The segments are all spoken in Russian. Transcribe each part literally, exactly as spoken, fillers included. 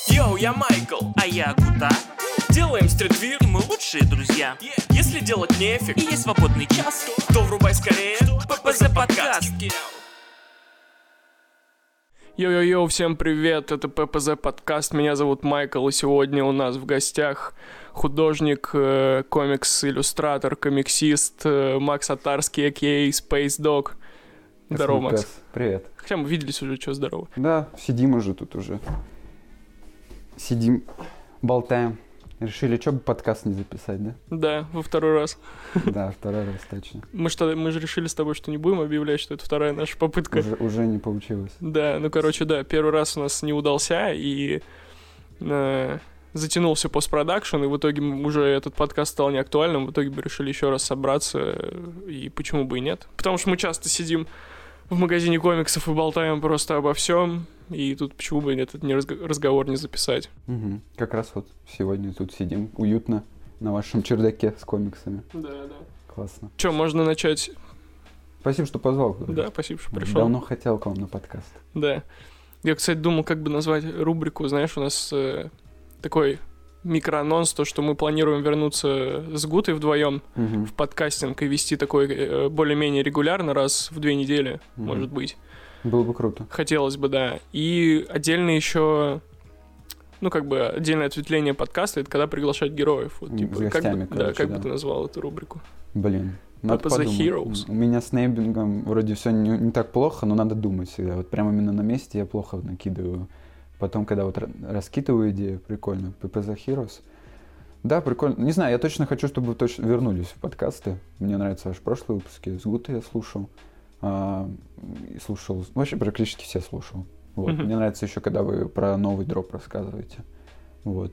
Йоу, я Майкл, а я Кута. Делаем стритвир, И мы лучшие друзья. если делать нефиг, И есть свободный час. то врубай скорее ППЗ подкаст. Йоу-йоу-йоу, всем привет, это ППЗ подкаст, меня зовут Майкл, и сегодня у нас в гостях художник, э, комикс-иллюстратор, комиксист э, Макс Атарский, а.к.а. Space Dog. Здорово, Макс. Привет. Хотя мы виделись уже, что, здорово. Да, сидим уже тут уже. Сидим, болтаем. Решили, что бы подкаст не записать, да? Да, во второй раз. Да, второй раз точно. Мы что, мы же решили с тобой, что не будем объявлять, что это вторая наша попытка. Уже, уже не получилось. Да, ну, короче, да, первый раз у нас не удался, и э, затянулся постпродакшн, и в итоге уже этот подкаст стал неактуальным, в итоге мы решили еще раз собраться, и почему бы и нет. Потому что мы часто сидим в магазине комиксов и болтаем просто обо всем, и тут почему бы и нет, этот не разго- разговор не записать. Угу. Как раз вот сегодня тут сидим уютно на вашем чердаке с комиксами. Да, да. Классно. Че, можно начать? Спасибо, что позвал. Говорю. Да, спасибо, что пришел. Давно хотел к вам на подкаст. Да. Я, кстати, думал, как бы назвать рубрику, знаешь, у нас э, такой микроанонс, то, что мы планируем вернуться с Гутой вдвоем Угу. в подкастинг и вести такой э, более-менее регулярно, раз в две недели, Мгм. может быть. Было бы круто. Хотелось бы, да. И отдельно еще, ну, как бы, отдельное ответвление подкаста — это когда приглашать героев. Вот, М, типа, с как гостями, бы, да, короче, как да. бы ты назвал эту рубрику? Блин. Надо Papa the подумать. Heroes. У меня с неймингом вроде все не, не так плохо, но надо думать всегда. Вот прямо именно на месте я плохо накидываю. Потом, когда вот ра- раскидываю идею, прикольно. пэ пэ зэ Heroes. Да, прикольно. Не знаю, я точно хочу, чтобы вы точно вернулись в подкасты. Мне нравятся ваши прошлые выпуски. С Гутой я слушал. А, и слушал. ну, Вообще практически все слушал. Вот. Мгм. Мне нравится еще, когда вы про новый дроп рассказываете. Вот.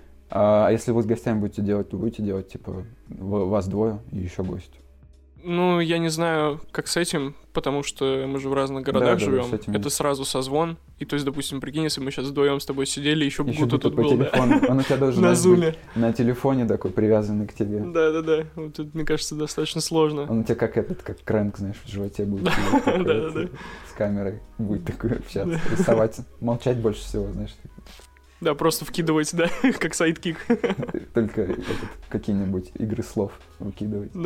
А если вы с гостями будете делать, то будете делать, типа, в- вас двое и еще гость. Ну, я не знаю, как с этим, потому что мы же в разных городах Да, да, живем. с этим Это есть. сразу созвон. И то есть, допустим, прикинь, если мы сейчас вдвоем с тобой сидели, еще бы Еще Гута будто тут по был, да. телефону. Он у тебя должен На быть зуме. на телефоне такой, привязанный к тебе. Да-да-да. Вот это, мне кажется, достаточно сложно. Он у тебя как этот, как крэнк, знаешь, в животе будет. Да, сидеть такой, да, вот, да. С камерой будет такой общаться, рисовать, молчать больше всего, знаешь. Да, просто вкидывать, да, как сайдкик. Только этот, какие-нибудь игры слов выкидывать. Да.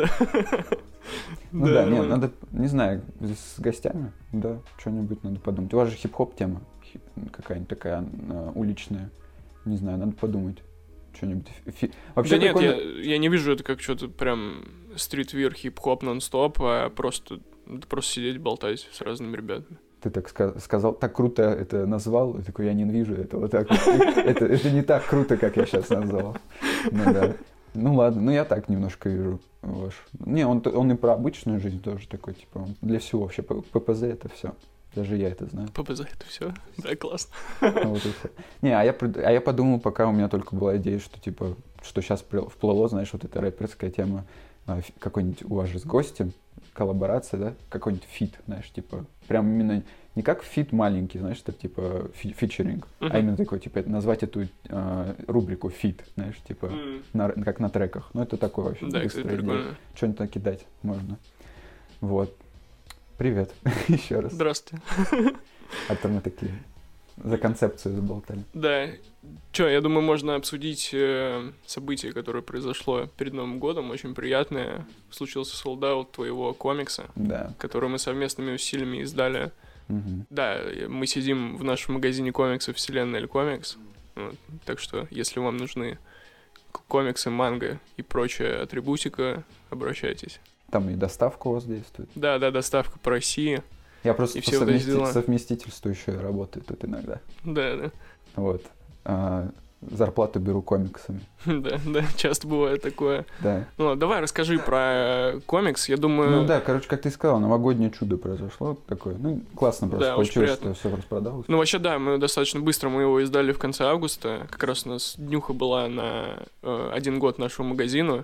Ну да, не, нормально. надо, не знаю, с гостями, да, что-нибудь надо подумать. У вас же хип-хоп тема хип- какая-нибудь такая а, уличная. Не знаю, надо подумать. Что-нибудь. Фи- Вообще Да нет, прикольно- я, я не вижу это как что-то прям стритвир, хип-хоп, нон-стоп, а просто, это просто сидеть, болтать с разными ребятами. Ты так ска- сказал, так круто это назвал, и такой, я ненавижу это вот так. вот. Это, это не так круто, как я сейчас назвал. Ну да. Ну ладно, ну я так немножко вижу ваш. Не, он, он и про обычную жизнь тоже такой, типа, он для всего вообще. П- ППЗ это все. Даже я это знаю. ППЗ, это все. Да, классно. Ну, вот и всё. Не, а я, прид- а я подумал, пока у меня только была идея, что типа, что сейчас вплыло, знаешь, вот эта рэперская тема, а, фи- какой-нибудь у вас же с гостем, коллаборация, да, какой-нибудь фит, знаешь, типа, прям именно не как фит маленький, знаешь, это типа фи- фичеринг, Мгм. а именно такой, типа, назвать эту а, рубрику фит, знаешь, типа, М. на- как на треках. Ну, это такое вообще Да, кстати, быстрое дело. прикольно. Что-нибудь накидать можно. Вот. Привет еще раз. Здравствуйте. А то мы такие за концепцию заболтали. Да. Че, я думаю, можно обсудить э, событие, которое произошло перед Новым годом. Очень приятное. Случился солдаут твоего комикса, Да. который мы совместными усилиями издали. Мгм. Да, мы сидим в нашем магазине комиксов «Вселенная Эль Комикс». Вот. Так что, если вам нужны к- комиксы, манго и прочая атрибутика, обращайтесь. Там и доставка у вас действует. Да, да, доставка по России. Я просто И по все вот эти совмести- дела. совместительству еще и работаю тут иногда. Да, да. Вот. А, зарплату беру комиксами. Да, да, часто бывает такое. Да. Ну, ладно, давай расскажи про э, комикс. Я думаю... Ну да, короче, как ты сказал, новогоднее чудо произошло такое. Ну, классно просто Да, очень получилось, приятно. что все распродалось. Ну, вообще, да, мы достаточно быстро мы его издали в конце августа. Как раз у нас днюха была на э, один год нашему магазину.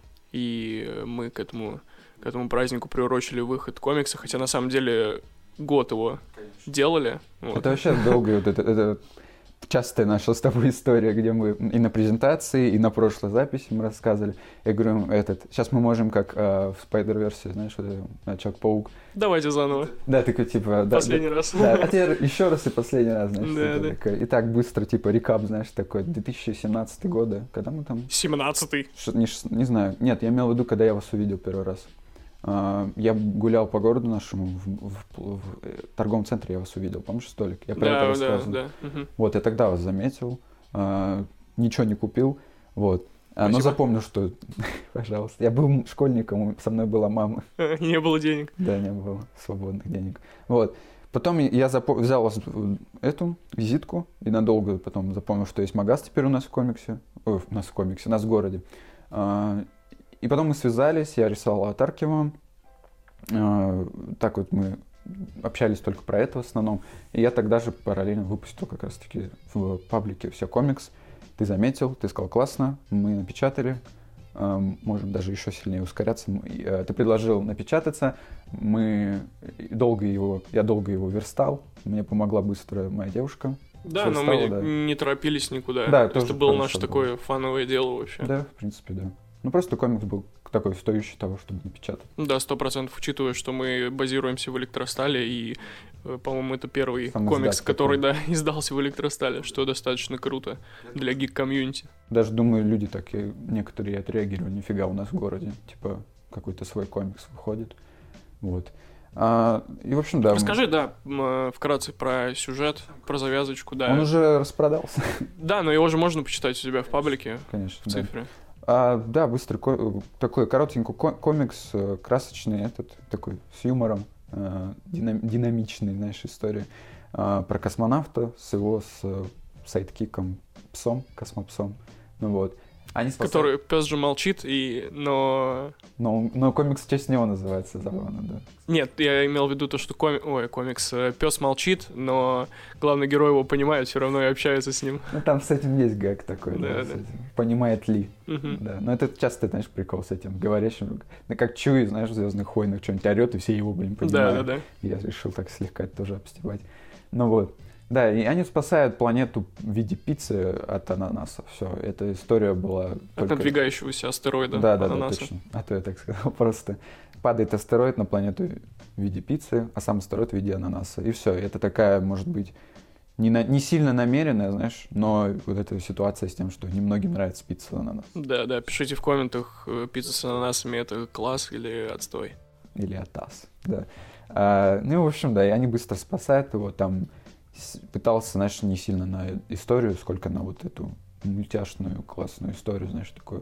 И мы к этому, к этому празднику приурочили выход комикса. Хотя, на самом деле, год его делали. Вот. Это вообще долго, вот это, это частая наша с тобой история, где мы и на презентации, и на прошлой записи мы рассказывали. Я говорю, этот, сейчас мы можем, как э, в Spider-Verse, знаешь, вот это, Человек-паук. Давайте заново. Да, такой, типа... Да, Последний да, раз. Да, а теперь еще раз и последний раз, знаешь. Да, типа, да. такой, и так быстро, типа, рекап, знаешь, такой, две тысячи семнадцатый года. Когда мы там... семнадцатый. Ш- не, ш- не знаю. Нет, я имел в виду, когда я вас увидел первый раз. А, я гулял по городу нашему, в, в- в- в, э, торговом центре я вас увидел. Помнишь столик? Я про это Да, да, рассказывал. да. Мгм. Вот, я тогда вас заметил, а, ничего не купил, вот. А, но Спасибо. запомнил, что, пожалуйста, я был школьником, со мной была мама, Не было денег. да, не было свободных денег. Вот. Потом я запо- взял вас эту визитку и надолго потом запомнил, что есть магаз теперь у нас в комиксе, ой, у нас в комиксе, у нас в городе. А, и потом мы связались, я рисовал аватарки вам. А, так вот мы общались только про это в основном. И я тогда же параллельно выпустил как раз-таки в паблике «Все комикс». Ты заметил, ты сказал классно, мы напечатали. А, можем даже еще сильнее ускоряться. Мы- и, а, Ты предложил напечататься, мы долго его, я долго его верстал, мне помогла быстро моя девушка. Да, Всё но стало, мы да. не торопились никуда. Да, То есть тоже это было хорошо наше было. такое фановое дело вообще. Да, в принципе, да. Ну просто комикс был такой стоящий того, чтобы напечатать. Да, сто процентов, учитывая, что мы базируемся в Электростале, и, э, по-моему, это первый Сам комикс, издат который, такой. да, издался в Электростале, что достаточно круто для гик-комьюнити. Даже, думаю, люди так и некоторые отреагировали, нифига у нас в городе, типа, какой-то свой комикс выходит, вот. А, и, в общем, да. мы- Расскажи, да, м, э, вкратце про сюжет, про завязочку, да. Он уже распродался, Да, но его же можно почитать у себя в паблике, конечно, в да. цифре. А, да, быстрый, ко- такой коротенький ко- комикс, э, красочный этот, такой, с юмором, э, динам- динамичный, знаешь, история а, про космонавта с его с э, сайдкиком, псом, космопсом, ну вот. Они спасают- Который пес же молчит, и но. Но, но комикс в честь него называется, забавно, да. Нет, я имел в виду то, что коми... Ой, комикс. Пес молчит, но главный герой его понимает, все равно и общается с ним. Ну, там с этим есть гэг такой, да, Да, с да. этим. Понимает ли, Мгм. да. Но это часто, знаешь, прикол с этим говорящим. Ну, как Чуи, знаешь, в «Звездных войнах» что-нибудь орет, и все его, блин, Да, понимают. да, да. Я решил так слегка это тоже обстебать. Ну вот. Да, и они спасают планету в виде пиццы от ананаса. Все, эта история была От только... надвигающегося астероида. Да, да, да, ананаса. точно. А то я так сказал просто. Падает астероид на планету в виде пиццы, а сам астероид в виде ананаса. И все. Это такая, может быть, не, на- не сильно намеренная, знаешь, но вот эта ситуация с тем, что немногим нравится пицца ананас. Да, да, пишите в комментах, э, пицца с ананасами это класс или отстой. Или атас, да. А, ну, в общем, да, и они быстро спасают его, там с- пытался, знаешь, не сильно на историю, сколько на вот эту мультяшную классную историю, знаешь, такую.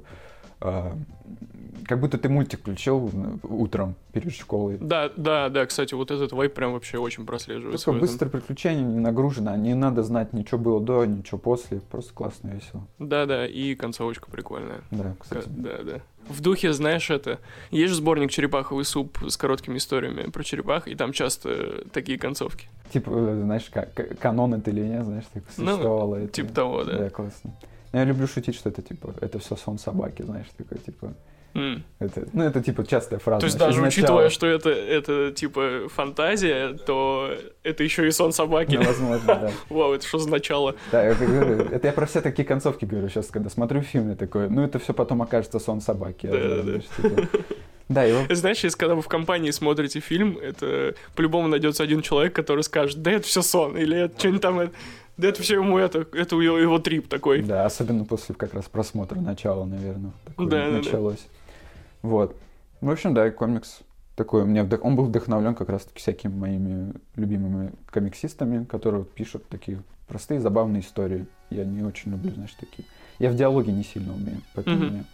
а, как будто ты мультик включил м, утром перед школой. Да, да, да, кстати, вот этот вайп прям вообще очень прослеживается. Такое в этом. быстрое приключение, не нагружено, не надо знать, ничего было до, ничего после, просто классно, весело. Да, да, и концовочка прикольная. Да, К- кстати. Да, да. В духе, знаешь, это... Есть же сборник «Черепаховый суп» с короткими историями про черепах, и там часто такие концовки. Типа, э, знаешь, как, к- канон это или нет, знаешь, так Ну, существовало это. Типа того, да. Да, классно. Но я люблю шутить, что это, типа, это все сон собаки, знаешь, такой, типа, М. это, ну, это, типа, частая фраза. То есть знаешь, даже из учитывая, начала. что это, это типа фантазия, то это еще и сон собаки. Ну, возможно, да. Вау, это что за начало? Да, я как говорю, это я про все такие концовки говорю сейчас, когда смотрю фильм, я такой, ну, это все потом окажется сон собаки. Я Да, знаю, да. знаешь, типа. Да, его... Знаешь, если когда вы в компании смотрите фильм, это по-любому найдется один человек, который скажет, да это все сон, или это что-нибудь там, это- да это все ему это, это его, его трип такой. Да, особенно после как раз просмотра начала, наверное, такое Да, да, да. началось. Вот. В общем, да, комикс такой, у меня вдох- он был вдохновлен как раз-таки всякими моими любимыми комиксистами, которые вот пишут такие простые, забавные истории. Я не очень люблю, знаешь, такие. Я в диалоге не сильно умею, поэтому Мгм. мне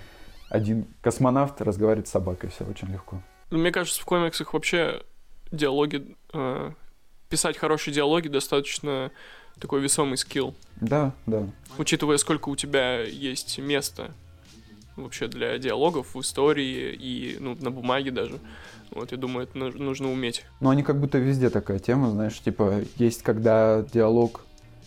один космонавт разговаривает с собакой, все очень легко. Ну, мне кажется, в комиксах вообще диалоги, э, писать хорошие диалоги достаточно такой весомый скилл. Да, да. Учитывая, сколько у тебя есть места вообще для диалогов в истории и ну, на бумаге даже. Вот, я думаю, это нуж- нужно уметь. Но они как будто везде такая тема, знаешь, типа, есть когда диалог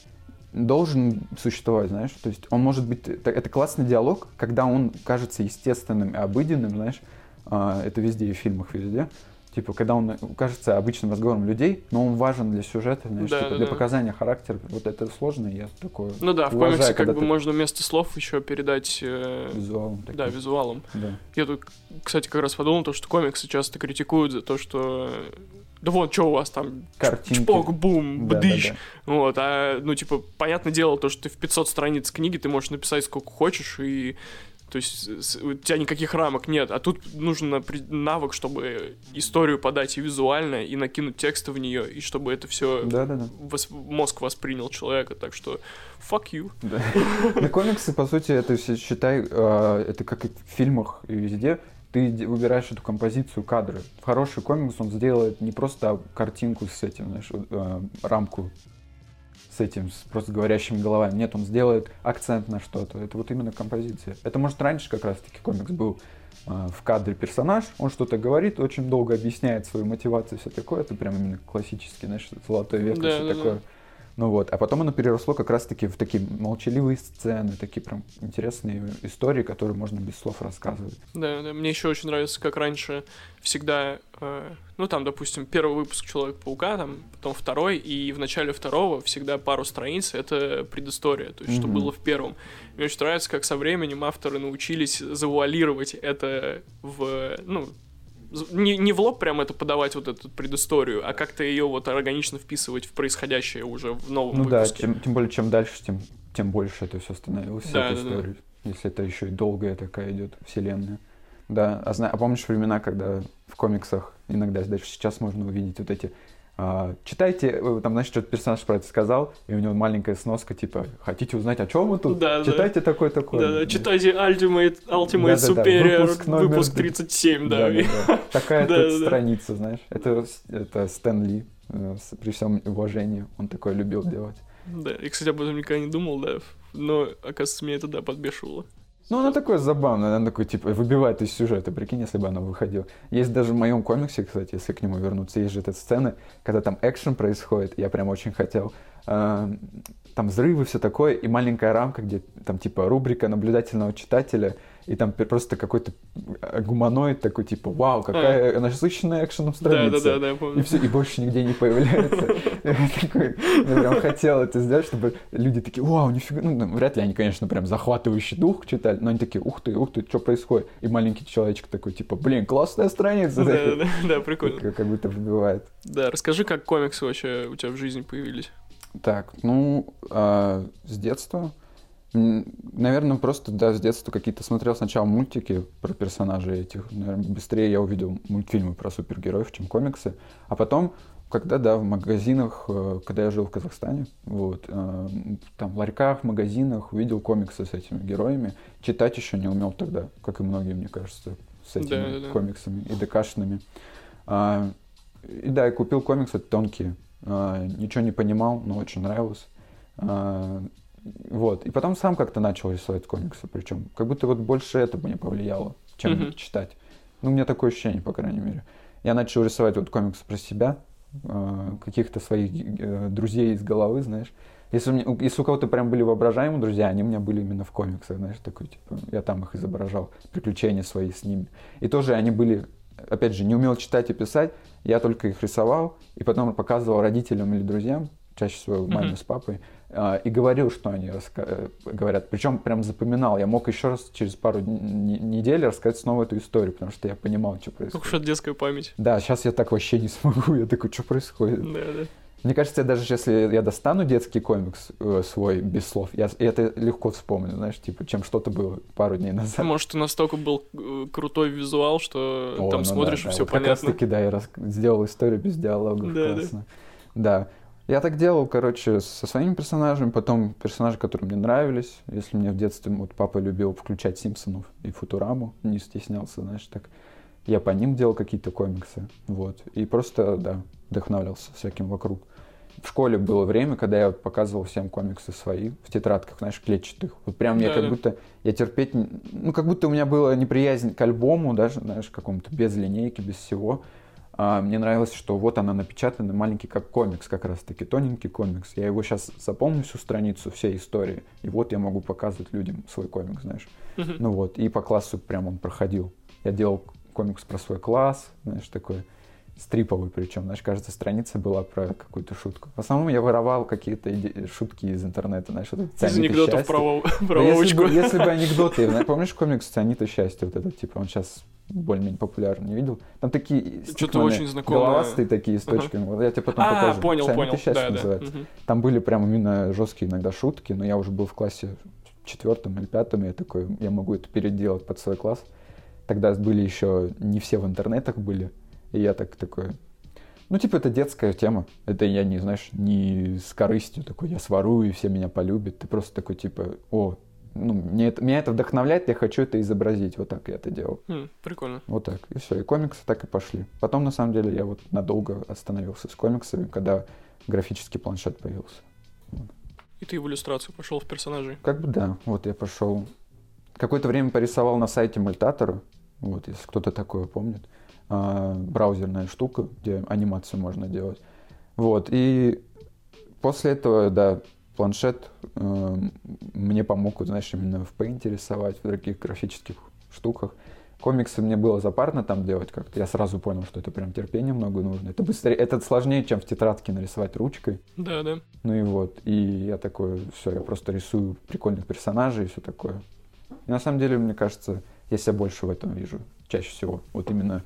должен существовать, знаешь, то есть он может быть, это, это классный диалог, когда он кажется естественным и обыденным, знаешь, а, это везде и в фильмах везде, Типа, когда он кажется обычным разговором людей, но он важен для сюжета, знаешь, Да, типа, да, для да. показания характера. Вот это сложно, я такое Ну да, в уважаю, комиксе как когда бы ты можно вместо слов еще передать... э, визуалом Да, таким. визуалом. Да. Я тут, кстати, как раз подумал, то, что комиксы часто критикуют за то, что... Да вот, что у вас там? Картинки. Чпок, бум, Да, да, бдыщ. да. Вот, а, ну, типа, понятное дело, то, что ты в пятьсот страниц книги ты можешь написать сколько хочешь, и... То есть с- у тебя никаких рамок нет, а тут нужен напри- навык, чтобы историю подать и визуально, и накинуть тексты в нее, и чтобы это все Да, да, да. мозг воспринял человека, так что fuck you. Да. Ну, комиксы, по сути, это все, считай, э, это как и в фильмах и везде. Ты де- выбираешь эту композицию, кадры. В хороший комикс он сделает не просто картинку с этим, знаешь, вот, э, рамку с этим, с просто говорящими головами. Нет, он сделает акцент на что-то. Это вот именно композиция. Это, может, раньше как раз-таки комикс был э, в кадре персонаж, он что-то говорит, очень долго объясняет свою мотивацию, все такое. Это прям именно классический, знаешь, золотой век и Да, все да, такое. да. Ну вот, а потом оно переросло как раз-таки в такие молчаливые сцены, такие прям интересные истории, которые можно без слов рассказывать. Да, да, мне еще очень нравится, как раньше всегда, э, ну там, допустим, первый выпуск Человека-паука, там, потом второй, и в начале второго всегда пару страниц — это предыстория, то есть что Мгм. было в первом. Мне очень нравится, как со временем авторы научились завуалировать это в, ну, з- не, не в лоб прям это подавать, вот эту предысторию, а как-то ее вот органично вписывать в происходящее уже в новом Ну да, выпуске. тем, тем более, чем дальше, тем, тем больше это все становилось, вся Да, эта да, да. история. Если это еще и долгая такая идет вселенная. Да, а, зна- а помнишь времена, когда в комиксах иногда, даже сейчас можно увидеть вот эти... а, читайте, э, там, знаешь, что-то персонаж про это сказал, и у него маленькая сноска, типа, хотите узнать, о чем мы тут? Да, да. Читайте такое-такое. Да, да, читайте Ultimate, Ultimate Да-да-да, Superior, выпуск номер выпуск три- тридцать семь, да. Да-да-да. Такая Да, тут да, да. страница, знаешь. Это, с- это Стэн Ли, э, с- при всем уважении, он такое любил делать. Да, я, кстати, об этом никогда не думал, да, но, оказывается, меня это, да, подбешивало. Ну, она такое забавное, она такой, типа, выбивает из сюжета, прикинь, если бы она выходила. Есть даже в моем комиксе, кстати, если к нему вернуться, есть же эта сцена, когда там экшен происходит, я прям очень хотел. А, там взрывы, все такое, и маленькая рамка, где там, типа, рубрика наблюдательного читателя, и там пер- просто какой-то гуманоид такой, типа, вау, какая насыщенная экшеном страница. Да-да-да, я И помню. все, и больше нигде не появляется. Я такой, я прям хотел это сделать, чтобы люди такие, вау, нифига. Ну, ну, вряд ли они, конечно, прям захватывающий дух читали, но они такие, ух ты, ух ты, что происходит? И маленький человечек такой, типа, блин, классная страница. Да-да-да, да, прикольно. Как, как будто выбивает. Да, расскажи, как комиксы вообще у тебя в жизни появились. Так, ну, а, с детства, м, наверное, просто, да, с детства какие-то смотрел сначала мультики про персонажей этих. Наверное, быстрее я увидел мультфильмы про супергероев, чем комиксы. А потом, когда, да, в магазинах, э, когда я жил в Казахстане, вот, э, там, в ларьках, в магазинах увидел комиксы с этими героями. Читать еще не умел тогда, как и многие, мне кажется, с этими Да-да-да. комиксами и ДКшными. А, и да, я купил комиксы тонкие. А, ничего не понимал, но очень нравилось. А, вот. И потом сам как-то начал рисовать комиксы, причем как будто вот больше это мне повлияло, чем Мгм. читать. Ну, у меня такое ощущение, по крайней мере. Я начал рисовать вот комиксы про себя, а, каких-то своих э, друзей из головы, знаешь. Если у, меня- если у кого-то прям были воображаемые друзья, они у меня были именно в комиксах, знаешь, такой, типа, я там их изображал, приключения свои с ними. И тоже они были, опять же, не умел читать и писать, я только их рисовал, и потом показывал родителям или друзьям, чаще всего маме Мгм. с папой, а, и говорил, что они раска- э, говорят. Причем прям запоминал. Я мог еще раз через пару н- н- недель рассказать снова эту историю, потому что я понимал, что Как происходит. уж это детская память. Да, сейчас я так вообще не смогу. Я такой, что происходит? Да, да. Мне кажется, даже если я достану детский комикс э, свой без слов, я, я это легко вспомню, знаешь, типа, чем что-то было пару дней назад. Может, ты настолько был э, крутой визуал, что О, там ну смотришь, да, и да. все Вот как понятно. раз таки, да, я рас- сделал историю без диалогов, Да, да. классно. Да. Я так делал, короче, со своими персонажами, потом персонажи, которые мне нравились. Если мне в детстве вот папа любил включать Симпсонов и Футураму, не стеснялся, знаешь, так. Я по ним делал какие-то комиксы, вот. И просто, да, вдохновлялся всяким вокруг. В школе было время, когда я показывал всем комиксы свои в тетрадках, знаешь, клетчатых. Вот прям я Да, как да. будто, я терпеть, не- ну, как будто у меня была неприязнь к альбому, даже, знаешь, какому-то без линейки, без всего. А мне нравилось, что вот она напечатана, маленький как комикс, как раз-таки, тоненький комикс. Я его сейчас запомню, всю страницу, всей истории, и вот я могу показывать людям свой комикс, знаешь. Мгм. Ну вот, и по классу прям он проходил. Я делал комикс про свой класс, знаешь, такой. стриповый причем, знаешь, каждая страница была про какую-то шутку. В основном я воровал какие-то иде- шутки из интернета, знаешь, вот Из анекдотов про, Вов- про Да если, Вовочку. бы, если бы анекдоты, знаешь, помнишь комикс «Цианита счастья», вот этот, типа, он сейчас более-менее популярный, не видел? Там такие Что-то очень знакомое. головастые такие с точками, вот я тебе потом А, покажу. понял, «Цианита понял, счастья» да, да. называется. Мгм. Там были прям именно жесткие иногда шутки, но я уже был в классе четвертом или пятом, и я такой, я могу это переделать под свой класс. Тогда были еще не все в интернетах были, и я так такой... Ну, типа, это детская тема. Это я не, знаешь, не с корыстью такой, я сворую, и все меня полюбят. Ты просто такой, типа, о, ну, мне это, меня это вдохновляет, я хочу это изобразить. Вот так я это делал. Хм, прикольно. Вот так. И все, и комиксы так и пошли. Потом, на самом деле, я вот надолго остановился с комиксами, когда графический планшет появился. И ты в иллюстрацию пошел в персонажей. Как бы да, вот я пошел. Какое-то время порисовал на сайте Мультатора, вот, если кто-то такое помнит. А, браузерная штука, где анимацию можно делать. Вот, и после этого, да, планшет э, мне помог, вот, знаешь, именно в Paint рисовать, в других графических штуках. Комиксы мне было запарно там делать как-то. Я сразу понял, что это прям терпение много нужно. Это быстрее, это сложнее, чем в тетрадке нарисовать ручкой. Да, да. Ну и вот, и я такой, все, я просто рисую прикольных персонажей и все такое. И на самом деле, мне кажется, я себя больше в этом вижу, чаще всего. Вот именно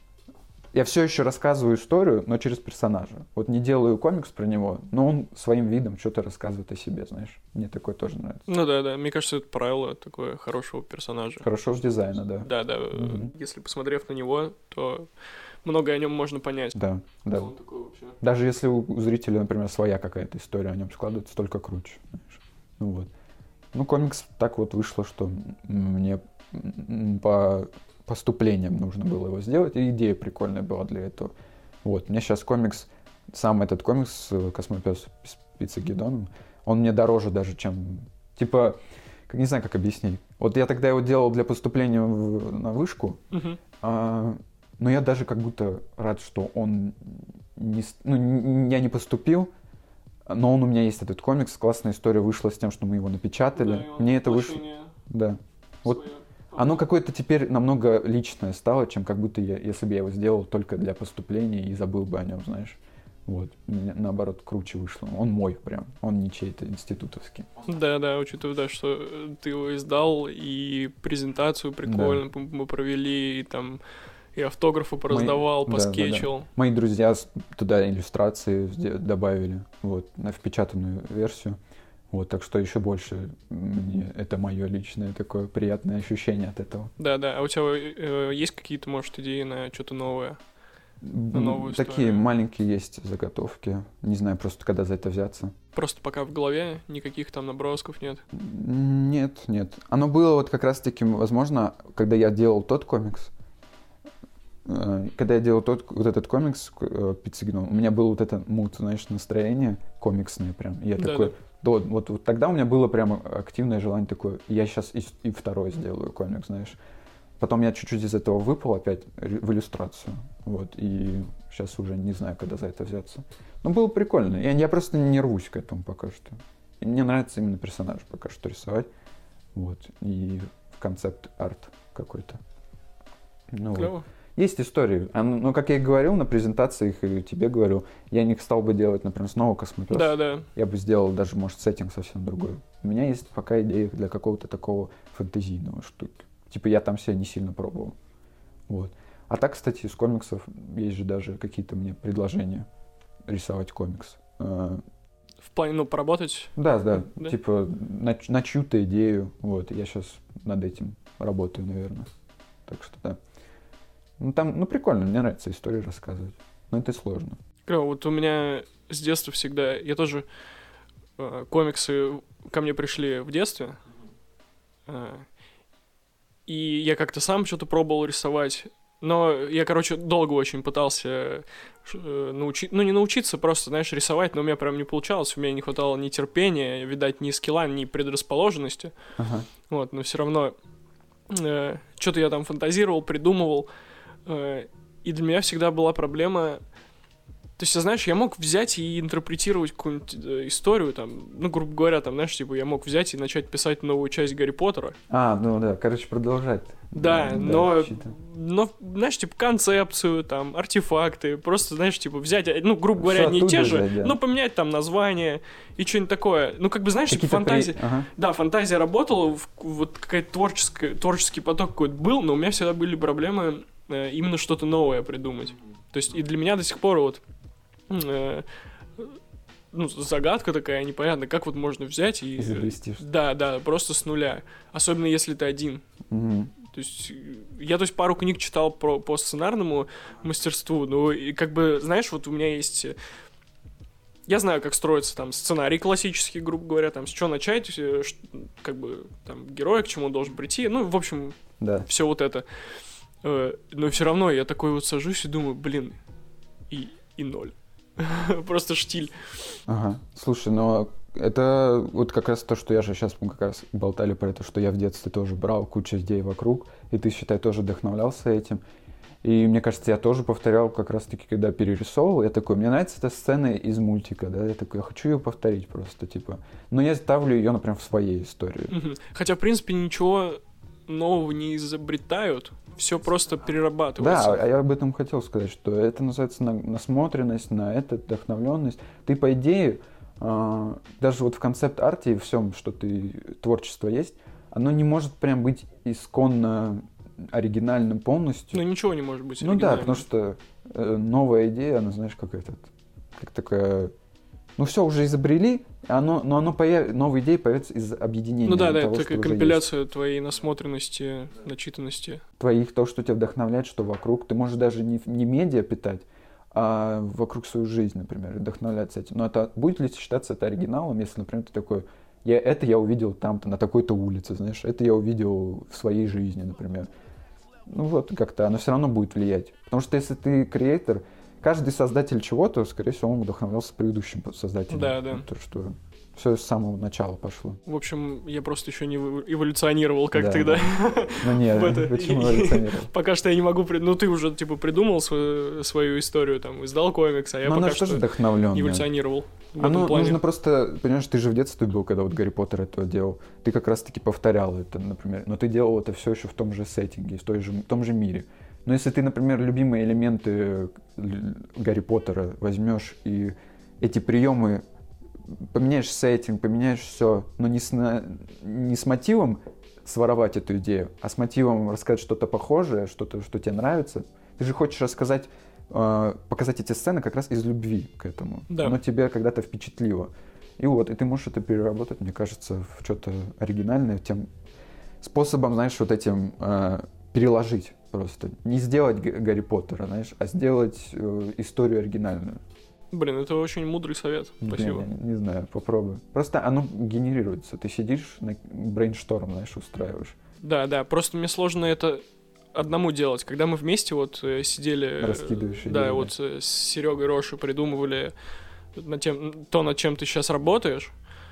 я все еще рассказываю историю, но через персонажа. Вот не делаю комикс про него, но он своим видом что-то рассказывает о себе, знаешь. Мне такое тоже нравится. Ну да, да. Мне кажется, это правило такое хорошего персонажа. Хорошо с дизайна, да. Да, да. Мгм. Если посмотрев на него, то многое о нем можно понять. Да, да. Он такой вообще. Даже если у у зрителя, например, своя какая-то история о нем складывается, только круче. Знаешь. Ну вот. Ну, комикс так вот вышло, что мне м, по поступлениям нужно было его сделать, и идея прикольная была для этого. Вот. У меня сейчас комикс, сам этот комикс «Космопес» с Пиццагеддоном, он мне дороже даже, чем... Типа, как- не знаю, как объяснить. Вот я тогда его делал для поступления в- на вышку, Мгм. а, но я даже как будто рад, что он не, с- ну, н- я не поступил, но он у меня есть, этот комикс. Классная история вышла с тем, что мы его напечатали. Да, и он Мне в это вышло. машине Да. Вот своё- оно какое-то теперь намного личное стало, чем как будто я, если бы я его сделал только для поступления и забыл бы о нем, знаешь. Вот. Мне, наоборот, круче вышло. Он мой прям. Он не чей-то институтовский. Да, да, учитывая, да, что э, ты его издал, и презентацию прикольно мы мы провели, и там и автографы пораздавал, да, да, да. поскетчил. Мои друзья с- туда иллюстрации сде- добавили, вот, на впечатанную версию. Вот, так что еще больше мне это мое личное такое приятное ощущение от этого. Да, да. А у тебя э, есть какие-то, может, идеи на что-то новое? М, новую Такие историю. маленькие есть заготовки. Не знаю просто, когда за это взяться. Просто пока в голове, никаких там набросков нет. Нет, нет. Оно было вот как раз-таки, возможно, когда я делал тот комикс, э, когда я делал тот, вот этот комикс э, Пиццагеддон, у меня было вот это мут, знаешь, настроение комиксное прям. И я Да, такой, да. да, вот, вот, вот тогда у меня было прям активное желание такое, я сейчас и, с- и второй сделаю комикс, знаешь. Потом я чуть-чуть из этого выпал опять ре- в иллюстрацию. Вот, и сейчас уже не знаю, когда за это взяться. Но было прикольно. Я, я просто не рвусь к этому пока что. И мне нравится именно персонаж пока что рисовать. Вот. И в концепт-арт какой-то. Ну, вот. Клево. Есть истории. А, ну, как я и говорил на презентациях, и тебе говорил, я не стал бы делать, например, снова Космопес. Да, да. Я бы сделал даже, может, сеттинг совсем другой. У меня есть пока идея для какого-то такого фэнтезийного штуки. Типа я там себя не сильно пробовал. Вот. А так, кстати, из комиксов есть же даже какие-то мне предложения рисовать комикс. А, В плане, ну, поработать. Да, да, Да? типа на, ч- на чью-то идею. Вот, я сейчас над этим работаю, наверное. Так что да. Ну там, ну прикольно, мне нравится истории рассказывать. Но это сложно. Клево. Вот у меня с детства всегда... Я тоже... э, комиксы ко мне пришли в детстве. Э, и я как-то сам что-то пробовал рисовать. Но я, короче, долго очень пытался научиться... Ну, не научиться, просто, знаешь, рисовать, но у меня прям не получалось. У меня не хватало ни терпения, видать, ни скилла, ни предрасположенности. Ага. Вот, но все равно э, что-то я там фантазировал, придумывал. Э, и для меня всегда была проблема То есть, знаешь, я мог взять и интерпретировать какую-нибудь историю, там, ну, грубо говоря, там, знаешь, типа, я мог взять и начать писать новую часть Гарри Поттера. А, ну да, короче, продолжать. Да, да но, но, знаешь, типа, концепцию, там, артефакты, просто, знаешь, типа, взять, ну, грубо говоря, Все не те же, взять, да. но поменять там название и что-нибудь такое. Ну, как бы, знаешь, типа, фантазия... При... Ага. Да, фантазия работала, вот какая-то творческая, творческий поток какой-то был, но у меня всегда были проблемы э, именно что-то новое придумать. То есть, и для меня до сих пор вот... Э, ну, загадка такая, непонятно, как вот можно взять и... Изобрести. Да, да, просто с нуля. Особенно если ты один. Угу. То есть, я, то есть, пару книг читал про, по сценарному мастерству, ну, и как бы, знаешь, вот у меня есть... Я знаю, как строится там сценарий классический, грубо говоря, там, с чего начать, как бы, там, герой, к чему он должен прийти, ну, в общем, да. все вот это. Но все равно я такой вот сажусь и думаю, блин, и, и ноль. Просто штиль. Ага. Слушай, но это вот как раз то, что я же сейчас, мы как раз болтали про это, что я в детстве тоже брал кучу идей вокруг, и ты, считай, тоже вдохновлялся этим. И мне кажется, я тоже повторял как раз-таки, когда перерисовывал, я такой, мне нравится эта сцена из мультика, да, я такой, я хочу ее повторить просто, типа. Но я ставлю ее, например, в своей истории. Хотя, в принципе, ничего нового не изобретают, все просто перерабатывается. Да, а я об этом хотел сказать, что это называется насмотренность, на это вдохновленность. Ты, по идее, даже вот в концепт-арте и всем, что ты, творчество есть, оно не может прям быть исконно оригинальным полностью. Ну, ничего не может быть оригинальным. Ну да, потому что э, новая идея, она, знаешь, как этот, как такая... Ну все уже изобрели, оно, но оно появ... новые идеи появятся из объединения. Ну да, да, того, это такая компиляция твоей насмотренности, начитанности. Твоих, то, что тебя вдохновляет, что вокруг. Ты можешь даже не, не медиа питать, а вокруг свою жизнь, например, вдохновляться этим. Но это будет ли считаться это оригиналом, если, например, ты такой, я, это я увидел там-то, на такой-то улице, знаешь, это я увидел в своей жизни, например. Ну вот, как-то оно все равно будет влиять. Потому что если ты креатор, каждый создатель чего-то, скорее всего, он вдохновлялся предыдущим создателем. Да, да. То, что все с самого начала пошло. В общем, я просто еще не эволюционировал, как да, ты, да? Ну нет, почему эволюционировал? Пока что я не могу... Ну ты уже, типа, придумал свою историю, там, издал комикс, а я пока что эволюционировал. А ну, нужно просто, понимаешь, ты же в детстве был, когда вот Гарри Поттер это делал, ты как раз-таки повторял это, например, но ты делал это все еще в том же сеттинге, в, той же, в том же мире. Но если ты, например, любимые элементы Гарри Поттера возьмешь и эти приемы поменяешь сеттинг, поменяешь все, но не с, не с мотивом своровать эту идею, а с мотивом рассказать что-то похожее, что-то, что тебе нравится, ты же хочешь рассказать, показать эти сцены как раз из любви к этому. Да. Оно тебя когда-то впечатлило. И вот, и ты можешь это переработать, мне кажется, в что-то оригинальное, тем способом, знаешь, вот этим э, переложить просто. Не сделать Гарри Поттера, знаешь, а сделать э, историю оригинальную. Блин, это очень мудрый совет. Спасибо. Не, не, не знаю, попробуй. Просто оно генерируется. Ты сидишь, на брейншторм, знаешь, устраиваешь. Да, да, просто мне сложно это одному делать. Когда мы вместе вот сидели... Раскидываешь идеи. Да, вот с Серегой Рошей придумывали над тем, то, над чем ты сейчас работаешь.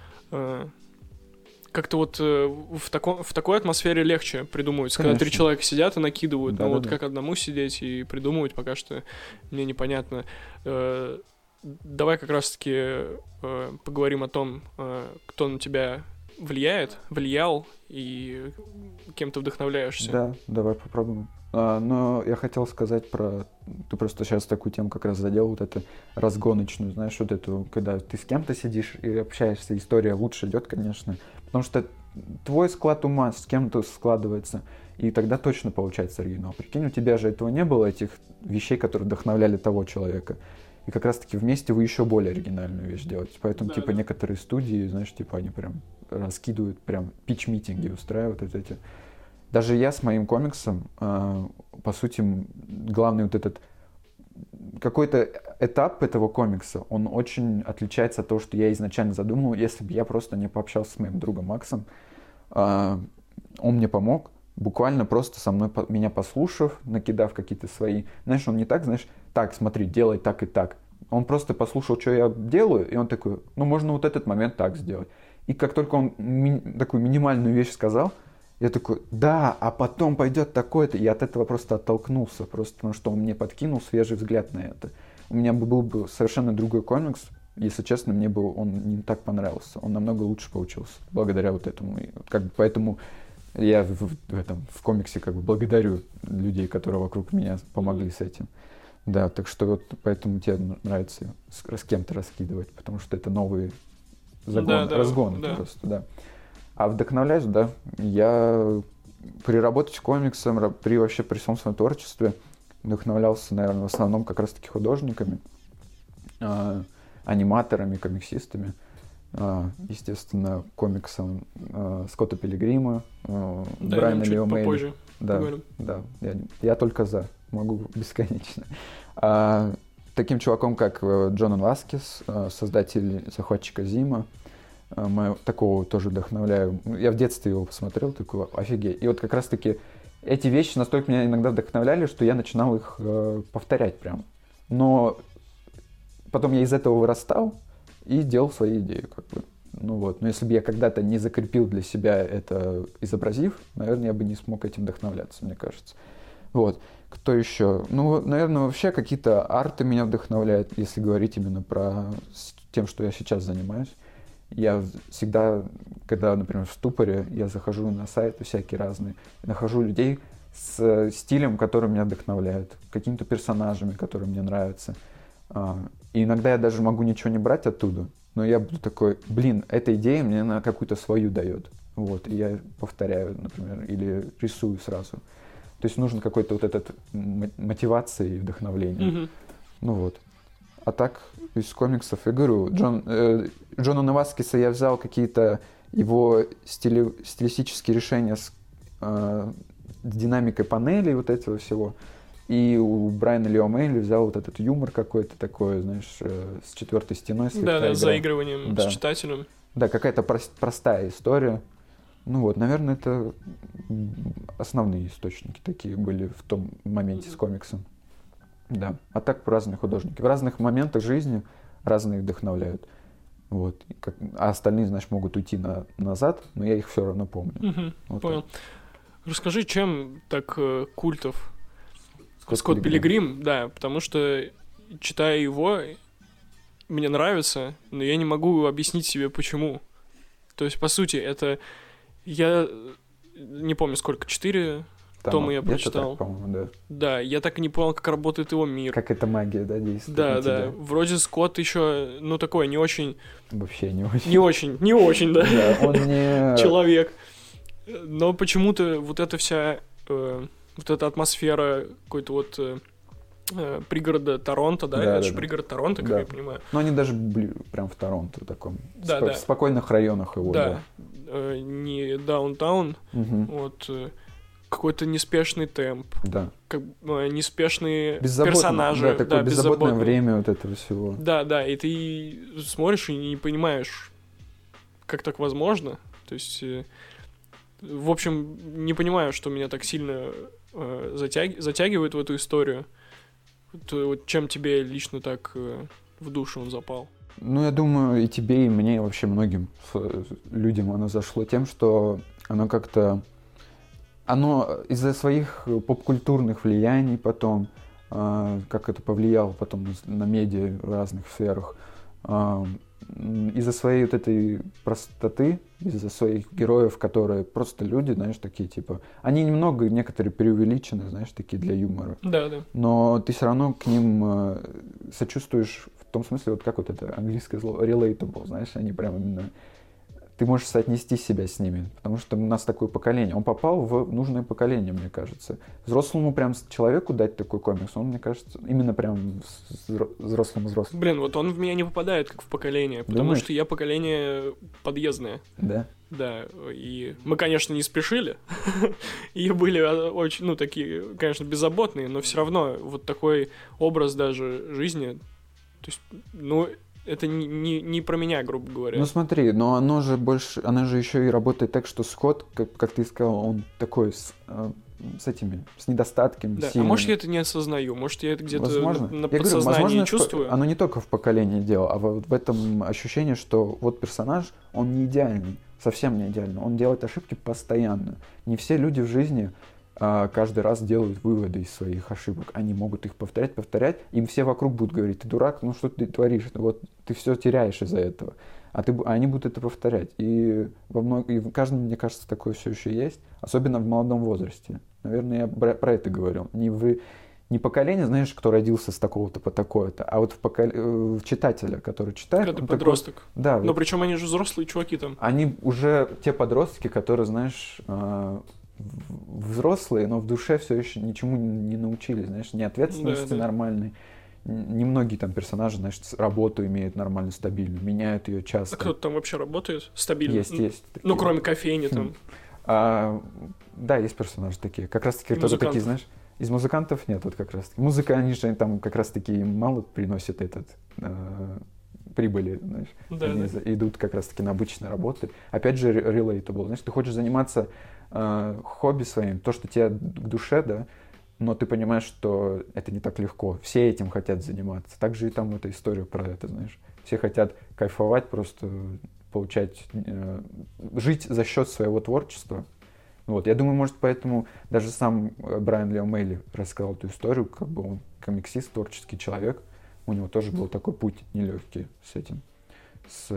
Как-то вот в, таком, в такой атмосфере легче придумывать. Когда три человека сидят и накидывают. Да, ну да, вот да. Как одному сидеть и придумывать, пока что мне непонятно. Давай как раз-таки поговорим о том, кто на тебя влияет, влиял и кем ты вдохновляешься. Да, давай попробуем. А, но я хотел сказать про... Ты просто сейчас такую тему как раз задел, вот эту разгоночную, знаешь, вот эту, когда ты с кем-то сидишь и общаешься, история лучше идет, конечно, потому что твой склад ума с кем-то складывается, и тогда точно получается оригинал. Прикинь, у тебя же этого не было, этих вещей, которые вдохновляли того человека. И как раз-таки вместе вы еще более оригинальную вещь делаете. Поэтому, да, типа, да. Некоторые студии, знаешь, типа, они прям раскидывают, прям питч-митинги устраивают вот эти. Даже я с моим комиксом, э, по сути, главный вот этот... Какой-то этап этого комикса, он очень отличается от того, что я изначально задумал. Если бы я просто не пообщался с моим другом Максом, э, он мне помог, буквально просто со мной, меня послушав, накидав какие-то свои... Знаешь, он не так, знаешь, так, смотри, делай так и так. Он просто послушал, что я делаю, и он такой, ну, можно вот этот момент так сделать. И как только он ми- такую минимальную вещь сказал, я такой, да, а потом пойдет такое-то. И от этого просто оттолкнулся, просто потому что он мне подкинул свежий взгляд на это. у меня бы был бы совершенно другой комикс, если честно, мне бы он не так понравился. Он намного лучше получился благодаря вот этому. И как бы поэтому я в, в этом в комиксе как бы благодарю людей, которые вокруг меня помогли с этим. Да, так что вот поэтому тебе нравится с, с кем-то раскидывать, потому что это новые загон, да, да, разгоны да. просто, да. А вдохновляюсь, да. Я при работе с комиксом, при вообще при всем своем творчестве вдохновлялся, наверное, в основном как раз-таки художниками, э, аниматорами, комиксистами. Э, естественно, комиксом э, Скотта Пилигрима, э, Да, Брайана Ли чуть попозже Омейли. Да, поговорим. да. Я, я только за. Могу бесконечно. А, таким чуваком, как Джонан Васкес, создатель «Захватчика Зима», мы такого тоже вдохновляю. Я в детстве его посмотрел, такой, офигеть. И вот как раз-таки эти вещи настолько меня иногда вдохновляли, что я начинал их э, повторять прям. Но потом я из этого вырастал и делал свои идеи, как бы. Ну вот. Но если бы я когда-то не закрепил для себя это, изобразив, наверное, я бы не смог этим вдохновляться, мне кажется. Вот. Кто еще? Ну, наверное, вообще какие-то арты меня вдохновляют, если говорить именно про тем, что я сейчас занимаюсь. Я всегда, когда, например, в ступоре, я захожу на сайты всякие разные, нахожу людей с стилем, который меня вдохновляет, какими-то персонажами, которые мне нравятся. И иногда я даже могу ничего не брать оттуда, но я буду такой, блин, эта идея мне на какую-то свою дает. Вот, и я повторяю, например, или рисую сразу. То есть нужен какой-то вот этот мотивация и вдохновление. Mm-hmm. Ну вот. А так, из комиксов, я говорю, Джон, э, Джона Васкеса я взял какие-то его стили, стилистические решения с, э, с динамикой панелей вот этого всего. И у Брайана Ли Омейли взял вот этот юмор какой-то такой, знаешь, э, с четвертой стеной. Да, да, с заигрыванием да. с читателем. Да, какая-то прост, простая история. Ну вот, наверное, это основные источники такие были в том моменте с комиксом. Да. А так разные художники. В разных моментах жизни разные вдохновляют. Вот. Как, а остальные, значит, могут уйти на, назад, но я их все равно помню. Угу, вот понял. Так. Расскажи, чем так э, культов Скотт, Скотт Пилигрим? Пилигрим, да, потому что, читая его, мне нравится, но я не могу объяснить себе, почему. То есть, по сути, это... Я не помню, сколько, четыре Там, тома я прочитал. Так, по-моему, да. Да, я так и не понял, как работает его мир. Как эта магия, да, действует. Да, да. Вроде Скотт еще, ну, такой, не очень... Вообще не очень. Не очень, не очень, да. Да, он не... Человек. Но почему-то вот эта вся, э, вот эта атмосфера какой-то вот... Э, пригорода Торонто, да? да Это да, же да. пригород Торонто, как да. я понимаю. Но они даже были прям в Торонто таком. Да, Сп- да. В спокойных районах его, да. да. Э, не даунтаун, угу. вот э, какой-то неспешный темп, да. как, э, неспешные беззаботно, персонажи. Да, такое да, беззаботное беззаботно. время вот этого всего. Да, да, и ты смотришь и не понимаешь, как так возможно. То есть, э, в общем, не понимаю, что меня так сильно э, затяг... затягивает в эту историю. То, вот, чем тебе лично так э, в душу он запал? Ну, я думаю, и тебе, и мне, и вообще многим людям оно зашло тем, что оно как-то... Оно из-за своих поп-культурных влияний потом, э, как это повлияло потом на медиа в разных сферах, э, из-за своей вот этой простоты, из-за своих героев, которые просто люди, знаешь, такие, типа... Они немного, некоторые преувеличены, знаешь, такие для юмора. Да, да. Но ты все равно к ним э, сочувствуешь в том смысле, вот как вот это английское слово relatable, знаешь, они прям именно... Ты можешь соотнести себя с ними, потому что у нас такое поколение. Он попал в нужное поколение, мне кажется. Взрослому прям человеку дать такой комикс, он, мне кажется, именно прям взрослому-взрослому. Блин, вот он в меня не попадает как в поколение, потому Думаешь? что я поколение подъездное. Да? Да, и мы, конечно, не спешили, и были очень, ну, такие, конечно, беззаботные, но все равно вот такой образ даже жизни, то есть, ну... Это не, не, не про меня, грубо говоря. Ну смотри, но оно же больше, она же еще и работает так, что Скотт, как, как ты сказал, он такой с, э, с этими, с недостатками. Да. А сильными. может, я это не осознаю, может, я это где-то возможно. на, на я подсознании говорю, возможно, чувствую. Оно не только в поколении дело, а вот в этом ощущении, что вот персонаж, он не идеальный, совсем не идеальный, он делает ошибки постоянно. Не все люди в жизни а, каждый раз делают выводы из своих ошибок. Они могут их повторять, повторять. Им все вокруг будут говорить: ты дурак, ну что ты творишь? Вот ты все теряешь из-за этого. А, ты, а они будут это повторять. И, во мног... и в каждом, мне кажется, такое все еще есть. Особенно в молодом возрасте. Наверное, я про это говорю. Не, в... не поколение, знаешь, кто родился с такого-то по такое-то, а вот в, покол... в читателя, который читает. Когда ты подросток. Такой... Да, но вот... причем они же взрослые чуваки там. Они уже те подростки, которые, знаешь, взрослые, но в душе все еще ничему не научились, знаешь, ни ответственности да, да. нормальной. Немногие там персонажи, значит, работу имеют нормально, стабильно, меняют ее часто. А кто-то там вообще работает стабильно? Есть, есть. Такие. Ну, кроме кофейни там. А, да, есть персонажи такие. Как раз-таки кто-то такие, знаешь, из музыкантов нет, вот как раз-таки. Музыка, они же там как раз-таки мало приносят этот э, прибыли, знаешь. Да, они да. идут как раз-таки на обычные работы. Опять же, relatable. Знаешь, ты хочешь заниматься э, хобби своим, то, что тебе к душе, да, но ты понимаешь, что это не так легко. Все этим хотят заниматься. Так же и там эта история про это, знаешь. Все хотят кайфовать, просто получать, э, жить за счет своего творчества. Вот. Я думаю, может, поэтому даже сам Брайан Ли О'Мейли рассказал эту историю, как бы он комиксист, творческий человек. У него тоже был такой путь нелегкий с этим, с,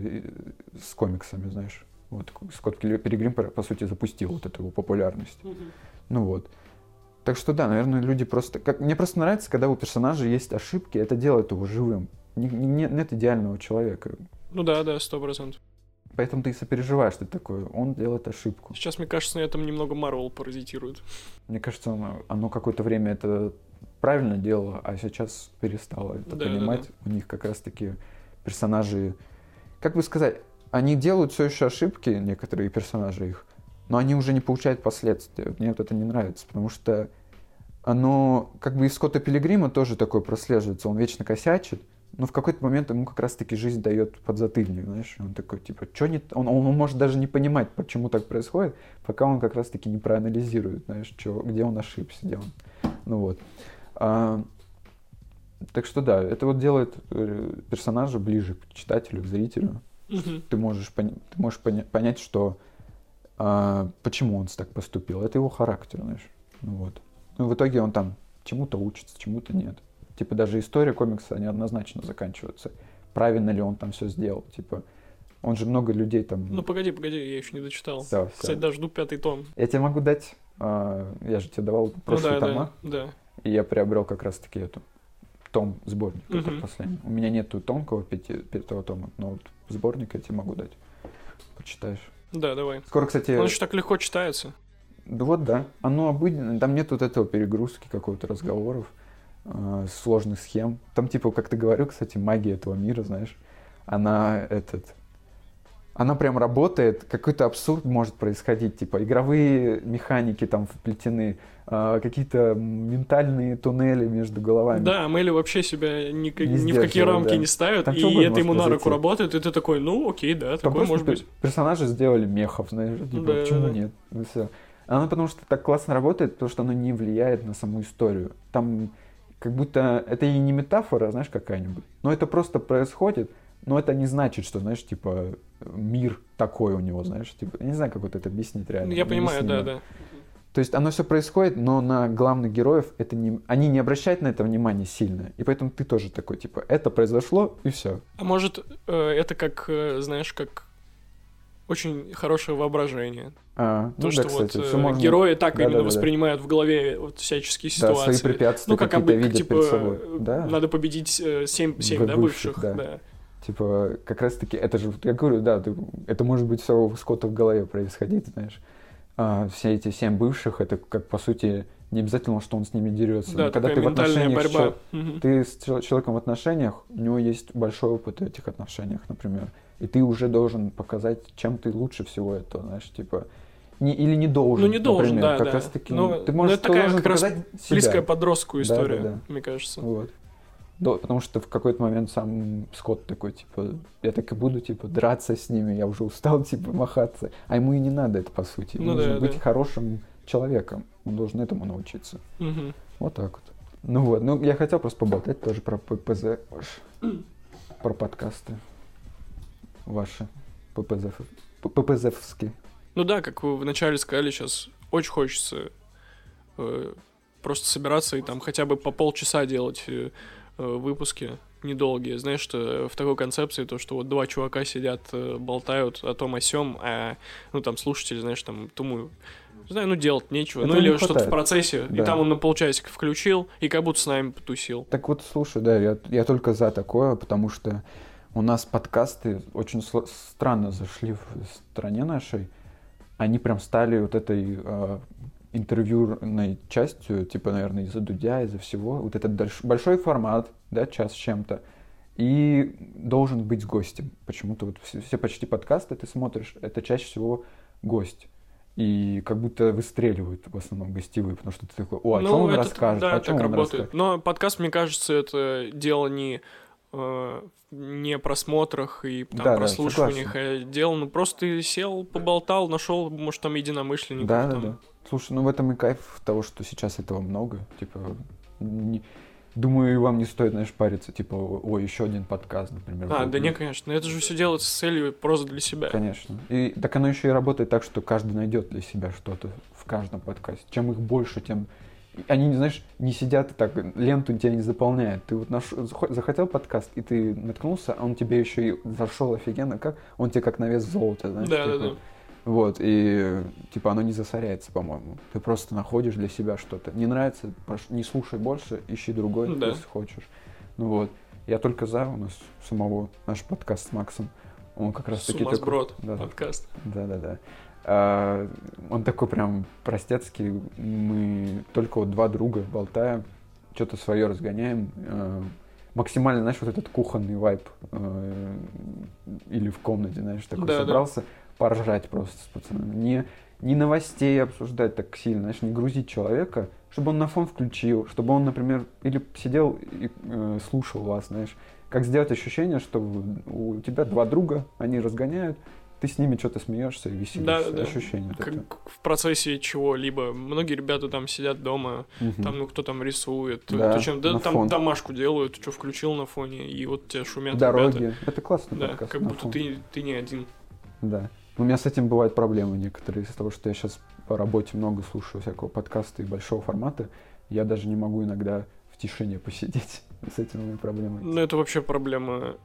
с комиксами, знаешь. Вот. Скотт Пилигрим, по сути, запустил вот эту его популярность. Mm-hmm. Ну вот. Так что да, наверное, люди просто... Как... Мне просто нравится, когда у персонажа есть ошибки, это делает его живым. Не, не, нет идеального человека. Ну да, да, сто процентов. Поэтому ты и сопереживаешь, ты такой, он делает ошибку. Сейчас, мне кажется, на этом немного Марвел паразитирует. Мне кажется, оно, оно какое-то время это правильно делало, а сейчас перестало это да, понимать. Да, да. У них как раз-таки персонажи... Как бы сказать, они делают все еще ошибки, некоторые персонажи их, но они уже не получают последствия. Мне вот это не нравится, потому что оно, как бы из Скотта Пилигрима тоже такое прослеживается. Он вечно косячит, но в какой-то момент ему как раз-таки жизнь дает подзатыльник, знаешь. Он такой, типа, что не... Он, он, он может даже не понимать, почему так происходит, пока он как раз-таки не проанализирует, знаешь, что, где он ошибся, где он... Ну вот. А, так что да, это вот делает персонажа ближе к читателю, к зрителю. Mm-hmm. Ты можешь, поня... ты можешь поня... понять, что... А, почему он так поступил. Это его характер, знаешь. Ну вот. Ну в итоге он там чему-то учится, чему-то нет. Типа даже история комикса неоднозначно заканчивается. Правильно ли он там все сделал? Типа, он же много людей там... Ну погоди, погоди, я еще не дочитал. Все, Кстати, все. даже жду пятый том. Я тебе могу дать... А, я же тебе давал прошлые ну, да, тома. Да, да. И я приобрел как раз-таки эту том, сборник, угу. который последний. У меня нету тонкого пяти, пятого тома, но вот сборник я тебе могу дать. Почитаешь. Да, давай. Скоро, кстати... Он еще так легко читается. Да вот, да. Оно обыденно. Там нет вот этого перегрузки, какого-то разговоров, э, сложных схем. Там, типа, как ты говорил, кстати, магия этого мира, знаешь, она этот... Она прям работает, какой-то абсурд может происходить, типа игровые механики там вплетены, э, какие-то ментальные туннели между головами. Да, Мэли вообще себя ни, не ни в какие рамки да. не ставит, там и это ему на руку работает, и ты такой, ну окей, да, там такое может быть. Персонажи сделали мехов, знаешь, типа, да, почему да. нет? И все. Оно потому что так классно работает, потому что оно не влияет на саму историю. Там как будто это и не метафора, знаешь, какая-нибудь, но это просто происходит. Но это не значит, что, знаешь, типа, мир такой у него, знаешь, типа, я не знаю, как вот это объяснить реально. Я понимаю, объяснимо. да, да. То есть оно все происходит, но на главных героев это не, они не обращают на это внимания сильно, и поэтому ты тоже такой, типа, это произошло, и все. А может, э, это как, э, знаешь, как очень хорошее воображение. А, То, ну, что да, вот кстати, э, можно... герои так да, именно да, да, воспринимают да. в голове вот всяческие ситуации. Да, свои препятствия ну, как какие-то обы- видят типа, перед собой. Да. Надо победить э, семь, семь да, бывших. бывших да. Да. Типа, как раз-таки, это же, я говорю, да, ты, это может быть все у Скотта в голове происходить, знаешь. А, все эти семь бывших, это как, по сути, не обязательно, что он с ними дерется. Да, но когда ты в отношениях, борьба. С, ты с человеком в отношениях, у него есть большой опыт в этих отношениях, например. И ты уже должен показать, чем ты лучше всего этого, знаешь, типа... Не, или не должен, Ну, не должен, например, да, как да. раз таки, но, ты можешь, но это такая должен как раз показать близкая себя. подростку история, да, да, да. мне кажется. Вот. Да, потому что в какой-то момент сам Скотт такой, типа, я так и буду, типа, драться с ними, я уже устал, типа, махаться. А ему и не надо это, по сути. Ну, нужно да, быть да. хорошим человеком. Он должен этому научиться. Угу. Вот так вот. Ну вот, ну я хотел просто поболтать тоже про ППЗ ваш, про подкасты ваши, ППЗ, ППЗовские. Ну да, как вы вначале сказали, сейчас очень хочется э, просто собираться и там хотя бы по полчаса делать э, выпуски недолгие. Знаешь, что в такой концепции, то, что вот два чувака сидят, э, болтают о том о сём, а, ну, там, слушатели, знаешь, там, думаю, не знаю, ну, делать нечего. Этого ну, или не что-то хватает. в процессе, Да. и там он на полчасика включил, и как будто с нами потусил. Так вот, слушай, да, я, я только за такое, потому что у нас подкасты очень сло- странно зашли в стране нашей. Они прям стали вот этой э, интервьюной частью, типа, наверное, из-за Дудя, из-за всего. Вот этот дальш- большой формат, да, час с чем-то, и должен быть с гостем. Почему-то вот все, все почти подкасты ты смотришь, это чаще всего гость. И как будто выстреливают в основном гостевые, потому что ты такой, о, о Ну, чем он это- расскажет, да, о чем так он работает. расскажет. Но подкаст, мне кажется, это дело не, э, не просмотрах и там, Да, да, прослушиваниях, а дело, ну, просто ты сел, поболтал, нашел, может, там единомышленников. Да, да, там. да. Слушай, ну в этом и кайф того, что сейчас этого много. Типа, не- думаю, и вам не стоит, знаешь, париться, типа, о, еще один подкаст, например. А, будет. да не, конечно. Это же все делается с целью просто для себя. Конечно. И так оно еще и работает так, что каждый найдет для себя что-то в каждом подкасте. Чем их больше, тем... Они, знаешь, не сидят и так, ленту тебя не заполняют. Ты вот наш... захотел подкаст, и ты наткнулся, а он тебе еще и зашел офигенно, как? Он тебе как на вес золота, знаешь? Да, типа. да, да. Вот, и типа оно не засоряется, по-моему. Ты просто находишь для себя что-то. Не нравится, пош- не слушай больше, ищи другой, Да. если хочешь. Ну вот. Я только за, у нас самого наш подкаст с Максом. Он как раз таки такой... Сумасброд Да. подкаст. Да-да-да. А, он такой прям простецкий. Мы только вот два друга болтаем, что-то свое разгоняем. А, максимально, знаешь, вот этот кухонный вайб. а, или в комнате, знаешь, такой Да, да. собрался. Поржать просто с пацанами. Не, не новостей обсуждать так сильно, знаешь, не грузить человека, чтобы он на фон включил, чтобы он, например, или сидел и э, слушал вас, знаешь. Как сделать ощущение, что у тебя два друга, они разгоняют, ты с ними что-то смеешься и веселишься. Да, да. Ощущение вот Как это. в процессе чего-либо. Многие ребята там сидят дома, Мгм. там, ну, кто там рисует, Да, кто чем, да, на там фон. домашку делают, что включил на фоне, и вот тебя шумят В дороге. ребята. Это классный Да, подкаст. как на будто фон. ты, ты не один. Да. У меня с этим бывают проблемы некоторые, из-за того, что я сейчас по работе много слушаю всякого подкаста и большого формата. Я даже не могу иногда в тишине посидеть. С этим у меня проблемы. Ну, это вообще проблема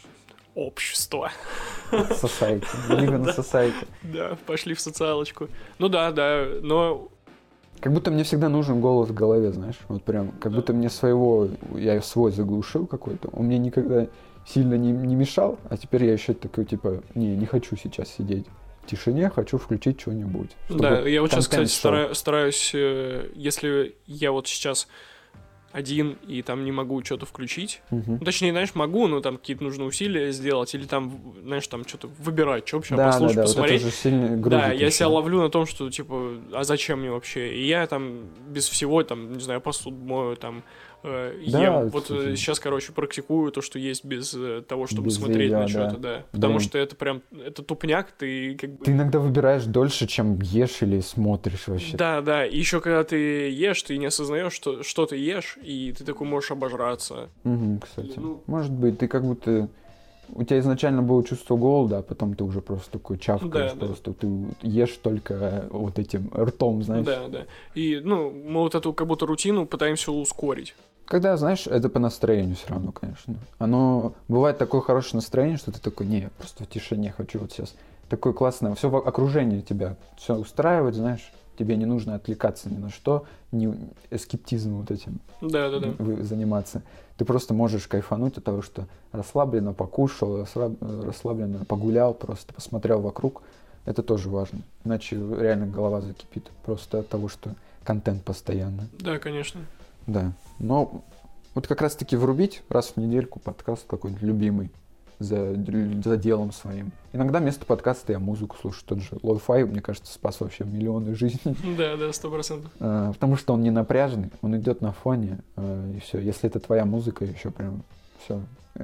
общества. Society. Live in Да. society. Да, пошли в социалочку. Ну да, да, но... Как будто мне всегда нужен голос в голове, знаешь. Вот прям, как будто мне своего, я свой заглушил какой-то. Он мне никогда сильно не, не мешал, а теперь я еще такой, типа, не, не хочу сейчас сидеть в тишине, хочу включить что-нибудь. чтобы Да, я вот сейчас, контент кстати, шел. стара- стараюсь, э, если я вот сейчас один и там не могу что-то включить, Мгм. ну, точнее, знаешь, могу, но там какие-то нужно усилия сделать, или там, знаешь, там что-то выбирать, что вообще Да, да, послушать, да, вот посмотреть. это же сильно грузит. Да, я еще. себя ловлю на том, что, типа, а зачем мне вообще? И я там без всего, там, не знаю, посуду мою, там, э, Да, ем. Вот кстати. э, сейчас, короче, практикую то, что есть без э, того, чтобы Без смотреть видео, на да. что-то, да. Потому Блин. что это прям, это тупняк, ты как бы... Ты иногда выбираешь дольше, чем ешь или смотришь вообще. Да, да, и еще когда ты ешь, ты не осознаешь, что, что ты ешь, и ты такой можешь обожраться. Мгм, кстати. Ну- Может быть, ты как будто... У тебя изначально было чувство голода, а потом ты уже просто такой чавкаешь, Да, да. просто ты ешь только вот этим ртом, знаешь. Да, да. И, ну, мы вот эту как будто рутину пытаемся ускорить. Когда, знаешь, это по настроению все равно, конечно. Оно... Бывает такое хорошее настроение, что ты такой, не, я просто в тишине хочу вот сейчас. Такое классное, все окружение тебя, все устраивает, знаешь. Тебе не нужно отвлекаться ни на что, не эскептизмом вот этим Да, да, да. вы- заниматься. Ты просто можешь кайфануть от того, что расслабленно покушал, расслаб- расслабленно погулял, просто посмотрел вокруг. Это тоже важно. Иначе реально голова закипит. Просто от того, что контент постоянно. Да, конечно. Да. Но вот как раз-таки врубить раз в недельку подкаст какой-нибудь любимый за, за делом своим. Иногда вместо подкаста я музыку слушаю. Тот же лоу-фай, мне кажется, спас вообще миллионы жизней. Да, да, сто процентов. А, Потому что он не напряжный, он идет на фоне, а, и все. Если это твоя музыка, еще прям все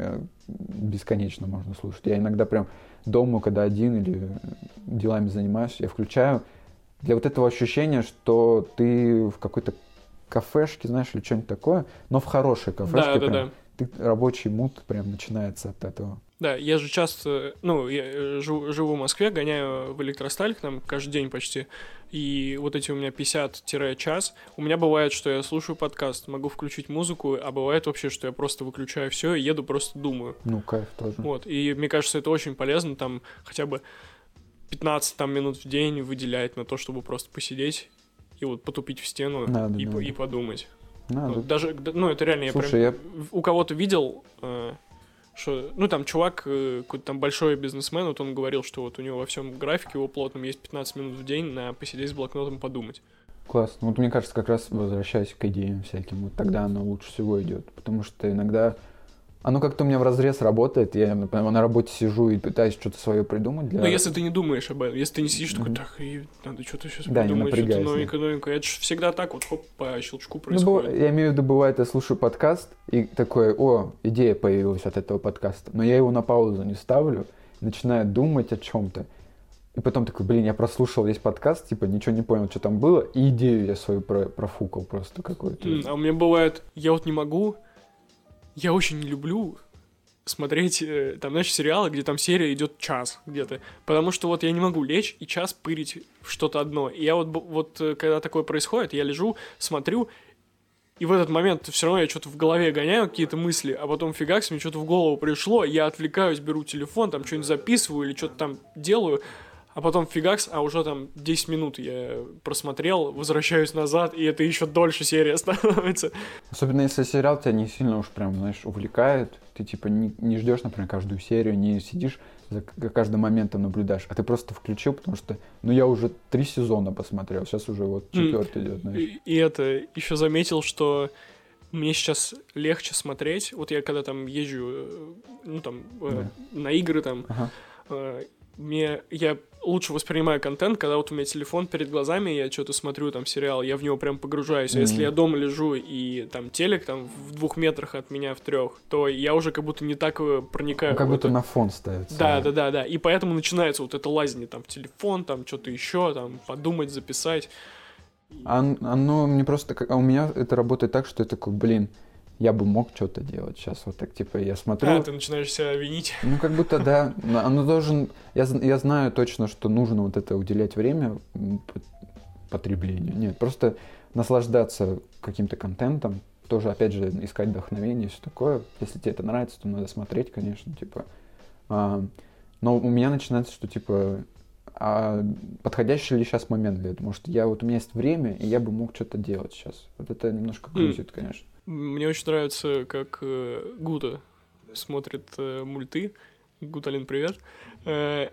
бесконечно можно слушать. Я иногда прям дома, когда один или делами занимаюсь, я включаю для вот этого ощущения, что ты в какой-то кафешке, знаешь, или что-нибудь такое, но в хорошей кафешке Да, да, прям. да. Ты, рабочий мут прям начинается от этого. Да, я же часто, ну, я живу, живу в Москве, гоняю в электросталь там каждый день почти, и вот эти у меня пятьдесят-час, у меня бывает, что я слушаю подкаст, могу включить музыку, а бывает вообще, что я просто выключаю все и еду, просто думаю. Ну, кайф тоже. Вот, и мне кажется, это очень полезно, там, хотя бы пятнадцать там, минут в день выделять на то, чтобы просто посидеть и вот потупить в стену Надо, и, надо. и подумать. Надо. Вот, даже, ну, это реально, Слушай, я прям я- у кого-то видел... э, что, ну, там чувак, э, какой-то там большой бизнесмен, вот он говорил, что вот у него во всем графике его плотном есть пятнадцать минут в день на посидеть с блокнотом, подумать. Классно. Вот мне кажется, как раз возвращаясь к идеям всяким, вот тогда оно лучше всего идет. Потому что иногда оно как-то у меня вразрез работает. Я, например, на работе сижу и пытаюсь что-то свое придумать для... Но если ты не думаешь об этом, если ты не сидишь такой, Мгм. так, и надо что-то сейчас Да, не придумать, что-то напрягайся. новенькое, новенькое. Это же всегда так вот, хоп, по щелчку Ну, быва- происходит. я имею в виду, бывает, я слушаю подкаст, и такое, о, идея появилась от этого подкаста. Но я его на паузу не ставлю, начинаю думать о чем-то. И потом такой, блин, я прослушал весь подкаст, типа, ничего не понял, что там было, и идею я свою про- профукал просто какую-то. М, А у меня бывает, я вот не могу, я очень не люблю смотреть, э, там, знаешь, сериалы, где там серия идет час где-то. Потому что вот я не могу лечь и час пырить в что-то одно. И я вот, б- вот э, когда такое происходит, я лежу, смотрю, и в этот момент все равно я что-то в голове гоняю, какие-то мысли, а потом фигакс, мне что-то в голову пришло, я отвлекаюсь, беру телефон, там что-нибудь записываю или что-то там делаю, а потом фигакс, а уже там десять минут я просмотрел, возвращаюсь назад, и это еще дольше серия становится. Особенно если сериал тебя не сильно уж прям, знаешь, увлекает, ты типа не, не ждешь, например, каждую серию, не сидишь за к- каждым моментом наблюдаешь, а ты просто включил, потому что, ну, я уже три сезона посмотрел, сейчас уже вот четвертый идет, знаешь. И, и это, еще заметил, что мне сейчас легче смотреть, вот я когда там езжу, э, ну там, э, на игры там, Ага. э, мне, я лучше воспринимаю контент, когда вот у меня телефон перед глазами, я что-то смотрю, там, сериал, я в него прям погружаюсь. А если Мгм. я дома лежу и там телек там в двух метрах от меня, в трех, то я уже как будто не так э, проникаю Ну, как в будто это. на фон ставится. Да, да, да, да. И поэтому начинается вот это лазение там в телефон, там что-то еще, там подумать, записать. Ан- Оно мне просто... как- А у меня это работает так, что я такой, блин, я бы мог что-то делать сейчас. Вот так, типа, я смотрю... А, ты начинаешь себя винить. Ну, как будто, да. но Оно должен... Я, з- я знаю точно, что нужно вот это уделять время м, п- потреблению. Нет, просто наслаждаться каким-то контентом. Тоже, опять же, искать вдохновение и все такое. Если тебе это нравится, то надо смотреть, конечно, типа. А, но у меня начинается, что, типа, а подходящий ли сейчас момент для этого? Может, я вот у меня есть время, и я бы мог что-то делать сейчас. Вот это немножко грузит, конечно. Мне очень нравится, как э, Гута смотрит э, мульты. Гуталин, привет. Э,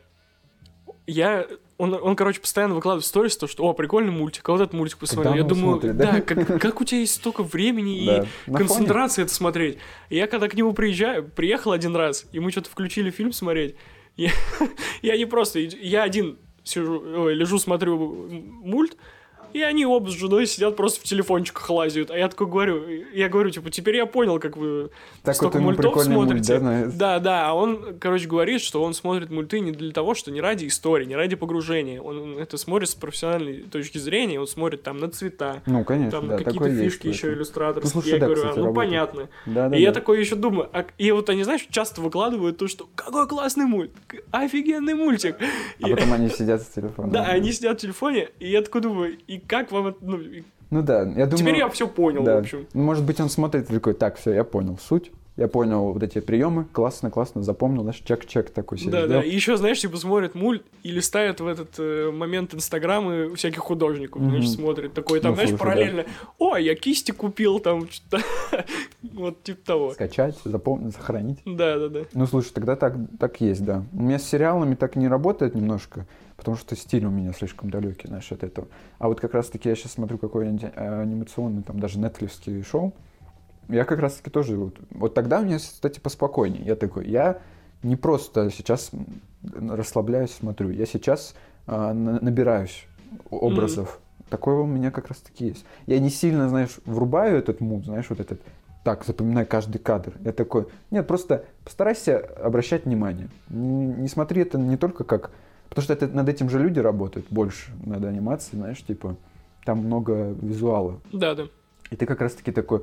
я... Он, он, короче, постоянно выкладывает в сторис то, что, о, прикольный мультик, а вот этот мультик посмотрел. Когда Я он его думаю, смотрит, да, да? как, как у тебя есть столько времени Да. и На концентрации это смотреть. И я когда к нему приезжаю, приехал один раз, и мы что-то включили фильм смотреть, я, я не просто... Я один сижу, ой, лежу, смотрю мульт, и они оба с женой сидят, просто в телефончиках лазят. А я такой говорю, я говорю, типа, теперь я понял, как вы Так столько вот ему мультов прикольный мульт, смотрите. да, нравится? Да, да, а он, короче, говорит, что он смотрит мульты не для того, что не ради истории, не ради погружения. Он это смотрит с профессиональной точки зрения, он смотрит там на цвета, Ну, конечно, там да, какие-то такое есть, фишки еще поэтому. иллюстраторские. Ну, слушай, я да, говорю, кстати, а, ну работает. понятно. Да, да, и я да. такой еще думаю, а, и вот они, знаешь, часто выкладывают то, что какой классный мульт, офигенный мультик. А И- потом они сидят с телефоном. да, они сидят в телефоне, и я такой думаю, и как вам это, ну, и Ну да, я думаю... теперь я все понял, да. в общем. Ну, может быть, он смотрит и такой, так, все, я понял суть, я понял вот эти приемы, классно, классно, запомнил, знаешь, чек-чек такой себе Да, сделал. да. И еще, знаешь, типа смотрит мульт и листает в этот э, момент инстаграмы всяких художников, Мгм. знаешь, смотрит. Такой там, Ну, знаешь, слушай, параллельно. О, я кисти купил там, что-то. Вот типа того. Скачать, запомнить, сохранить. Да, да, да. Ну, слушай, тогда так, так есть, да. У меня с сериалами так не работает немножко, потому что стиль у меня слишком далекий, знаешь, от этого. А вот как раз-таки я сейчас смотрю какой-нибудь э, анимационный, там, даже нетфликсский шоу, я как раз-таки тоже... Вот, вот тогда у меня, кстати, поспокойнее. Я такой, я не просто сейчас расслабляюсь, смотрю, я сейчас э, на- набираюсь образов. Такое у меня как раз-таки есть. Я не сильно, знаешь, врубаю этот муд, знаешь, вот этот, так, запоминаю каждый кадр. Я такой, нет, просто постарайся обращать внимание. Н- Не смотри это не только как... Потому что это, над этим же люди работают больше, над анимацией, знаешь, типа, там много визуала. Да, да. И ты как раз-таки такой,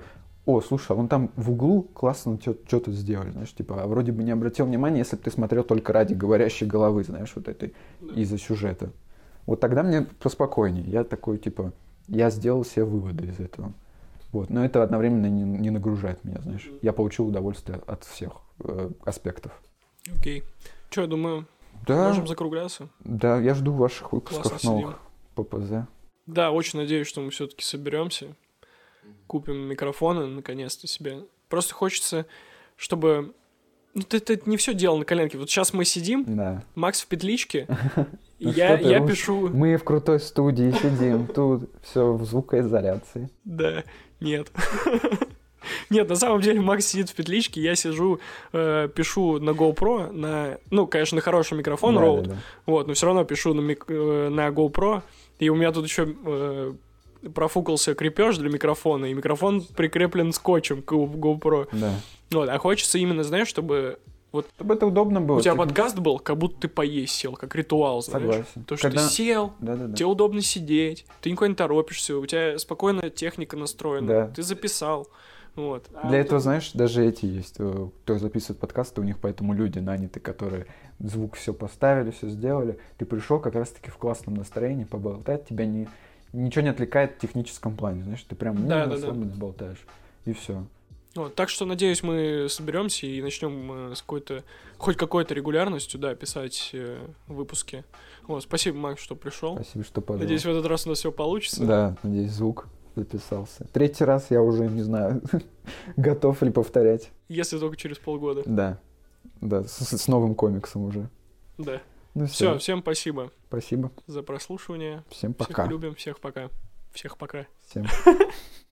о, слушай, а вон там в углу классно что-то сделали, знаешь, типа, а вроде бы не обратил внимания, если бы ты смотрел только ради говорящей головы, знаешь, вот этой, из-за сюжета. Вот тогда мне поспокойнее. Я такой, типа, я сделал себе выводы из этого. Вот. Но это одновременно не, не нагружает меня, знаешь. Я получил удовольствие от всех э, аспектов. Окей. Че, я думаю, Да, можем закругляться? да, я жду ваших выпусков Классно новых по ПЗ. Да, очень надеюсь, что мы все-таки соберемся, купим микрофоны наконец-то себе. Просто хочется, чтобы... Ну, ты, ты не все делал на коленке. Вот сейчас мы сидим, Да. Макс в петличке, и Ну я, что ты, я уж пишу... Мы в крутой студии сидим, тут все в звукоизоляции. Да, нет. Нет, на самом деле Макс сидит в петличке, я сижу, э, пишу на GoPro, на, ну, конечно, на хороший микрофон Да, Rode, да, да. вот, но все равно пишу на, мик- э, на GoPro, и у меня тут еще э, профукался крепеж для микрофона, и микрофон прикреплен скотчем к GoPro. Да. Вот, а хочется именно, знаешь, чтобы вот Чтобы это удобно было. у тебя техни- подкаст был, как будто ты поесть сел, как ритуал, знаешь. Согласен. То, что Когда- ты сел, Да-да-да. тебе удобно сидеть, ты никуда не торопишься, у тебя спокойная техника настроена, Да. ты записал. Вот. А Для вот этого, знаешь, даже эти есть, э, кто записывает подкасты, у них поэтому люди наняты, которые звук все поставили, все сделали. Ты пришел как раз-таки в классном настроении поболтать, тебя не, ничего не отвлекает в техническом плане, знаешь, ты прям ну, Да, да, да. расслабленно болтаешь, и все. Вот, так что, надеюсь, мы соберемся и начнем э, с какой-то, хоть какой-то регулярностью, да, писать э, выпуски. Вот, спасибо, Макс, что пришел. Спасибо, что позвал. Надеюсь, в этот раз у нас все получится. Да, надеюсь, звук записался. Третий раз я уже не знаю, готов ли повторять. Если только через полгода. Да, да, с, с новым комиксом уже. Да. Ну Все, все, всем спасибо спасибо, за прослушивание. всем Всех пока. любим, всех пока. Всех пока. Всем.